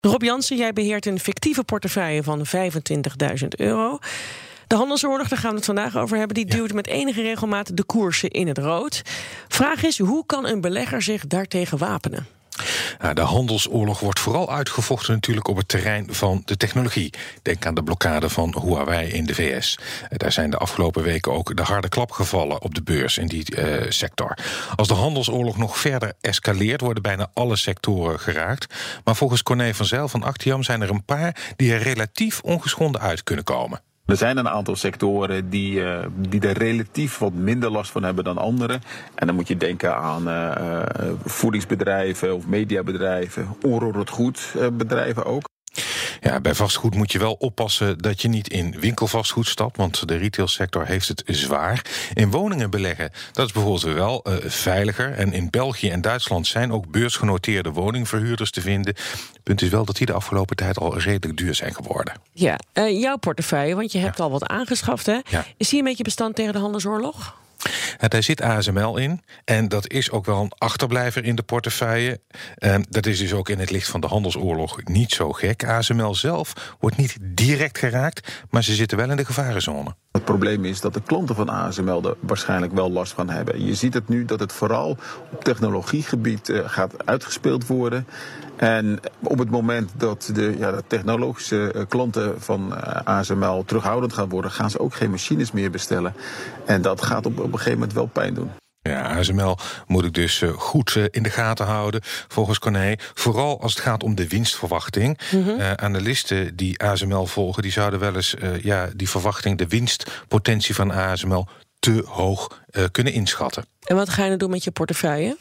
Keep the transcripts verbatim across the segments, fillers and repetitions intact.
Rob Jansen, jij beheert een fictieve portefeuille van vijfentwintigduizend euro. De handelsoorlog, daar gaan we het vandaag over hebben, die duwt met enige regelmaat de koersen in het rood. Vraag is, hoe kan een belegger zich daartegen wapenen? Ja, de handelsoorlog wordt vooral uitgevochten natuurlijk op het terrein van de technologie. Denk aan de blokkade van Huawei in de V S. Daar zijn de afgelopen weken ook de harde klap gevallen op de beurs in die uh, sector. Als de handelsoorlog nog verder escaleert, worden bijna alle sectoren geraakt. Maar volgens Corné van Zijl van Actiam zijn er een paar die er relatief ongeschonden uit kunnen komen. Er zijn een aantal sectoren die, uh, die er relatief wat minder last van hebben dan anderen. En dan moet je denken aan uh, voedingsbedrijven of mediabedrijven, onroerend goedbedrijven ook. Ja, bij vastgoed moet je wel oppassen dat je niet in winkelvastgoed stapt, want de retailsector heeft het zwaar. In woningen beleggen, dat is bijvoorbeeld wel uh, veiliger. En in België en Duitsland zijn ook beursgenoteerde woningverhuurders te vinden. Het punt is wel dat die de afgelopen tijd al redelijk duur zijn geworden. Ja, uh, jouw portefeuille, want je hebt ja. al wat aangeschaft, hè? Ja. Is die een beetje bestand tegen de handelsoorlog? Ja, daar zit A S M L in en dat is ook wel een achterblijver in de portefeuille. Uh, dat is dus ook in het licht van de handelsoorlog niet zo gek. A S M L zelf wordt niet direct geraakt, maar ze zitten wel in de gevarenzone. Het probleem is dat de klanten van A S M L er waarschijnlijk wel last van hebben. Je ziet het nu dat het vooral op technologiegebied uh, gaat uitgespeeld worden. En op het moment dat de, ja, de technologische uh, klanten van uh, A S M L terughoudend gaan worden, gaan ze ook geen machines meer bestellen. En dat gaat op, op een gegeven moment wel pijn doen. Ja, A S M L moet ik dus uh, goed uh, in de gaten houden, volgens Corné. Vooral als het gaat om de winstverwachting. Mm-hmm. Uh, analisten die A S M L volgen, die zouden wel eens uh, ja, die verwachting, de winstpotentie van A S M L te hoog uh, kunnen inschatten. En wat ga je nou doen met je portefeuille?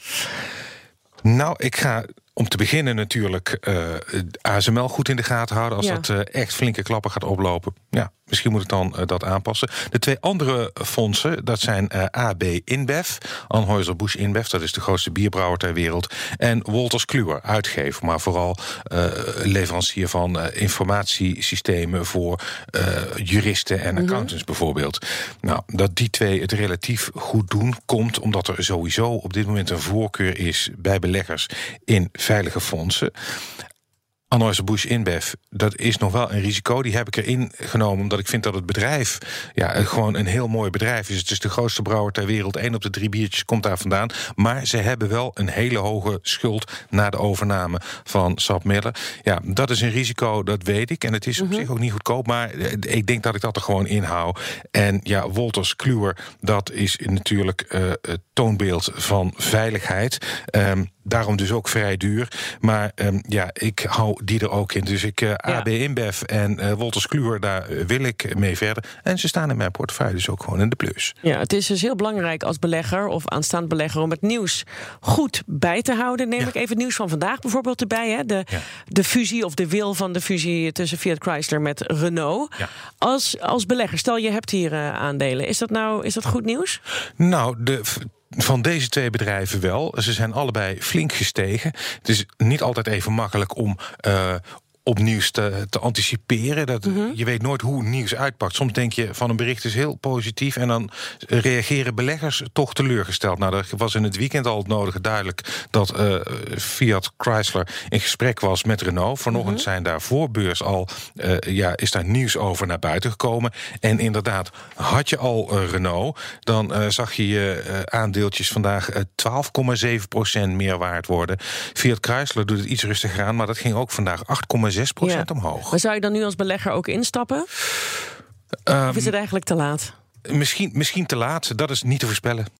Nou, ik ga om te beginnen natuurlijk uh, A S M L goed in de gaten houden. Als ja. dat uh, echt flinke klappen gaat oplopen, ja, misschien moet ik dan uh, dat aanpassen. De twee andere fondsen, dat zijn uh, A B InBev, Anheuser-Busch InBev, dat is de grootste bierbrouwer ter wereld, en Wolters Kluwer, uitgever, maar vooral uh, leverancier van uh, informatiesystemen voor uh, juristen en accountants mm-hmm. bijvoorbeeld. Nou, dat die twee het relatief goed doen, komt omdat er sowieso op dit moment een voorkeur is bij beleggers in veilige fondsen. Anheuser-Busch InBev, dat is nog wel een risico. Die heb ik erin genomen omdat ik vind dat het bedrijf ja, gewoon een heel mooi bedrijf is. Het is de grootste brouwer ter wereld. Eén op de drie biertjes komt daar vandaan. Maar ze hebben wel een hele hoge schuld na de overname van SAP Miller. Ja, dat is een risico, dat weet ik. En het is mm-hmm. op zich ook niet goedkoop. Maar ik denk dat ik dat er gewoon in hou. En ja, Wolters Kluwer, dat is natuurlijk uh, het toonbeeld van veiligheid. Um, Daarom dus ook vrij duur. Maar um, ja, ik hou die er ook in. Dus ik uh, ja. A B InBev en uh, Wolters Kluwer, daar uh, wil ik mee verder. En ze staan in mijn portefeuille dus ook gewoon in de plus. Ja, het is dus heel belangrijk als belegger of aanstaand belegger om het nieuws goed bij te houden. Neem ja. ik even het nieuws van vandaag bijvoorbeeld erbij. Hè? De, ja. de fusie of de wil van de fusie tussen Fiat Chrysler met Renault. Ja. Als, als belegger, stel je hebt hier uh, aandelen. Is dat nou is dat goed nieuws? Nou, de... Van deze twee bedrijven wel. Ze zijn allebei flink gestegen. Het is niet altijd even makkelijk om uh, op nieuws te, te anticiperen. Dat, mm-hmm. Je weet nooit hoe nieuws uitpakt. Soms denk je van een bericht is heel positief en dan reageren beleggers toch teleurgesteld. Nou, er was in het weekend al het nodige duidelijk dat uh, Fiat Chrysler in gesprek was met Renault. Vanochtend mm-hmm. zijn daar voor beurs al uh, ja, is daar nieuws over naar buiten gekomen. En inderdaad, had je al uh, Renault, dan uh, zag je je uh, aandeeltjes vandaag uh, twaalf komma zeven procent meer waard worden. Fiat Chrysler doet het iets rustiger aan, maar dat ging ook vandaag acht komma zes procent ja. omhoog. Maar zou je dan nu als belegger ook instappen? Um, of is het eigenlijk te laat? Misschien, misschien te laat, dat is niet te voorspellen.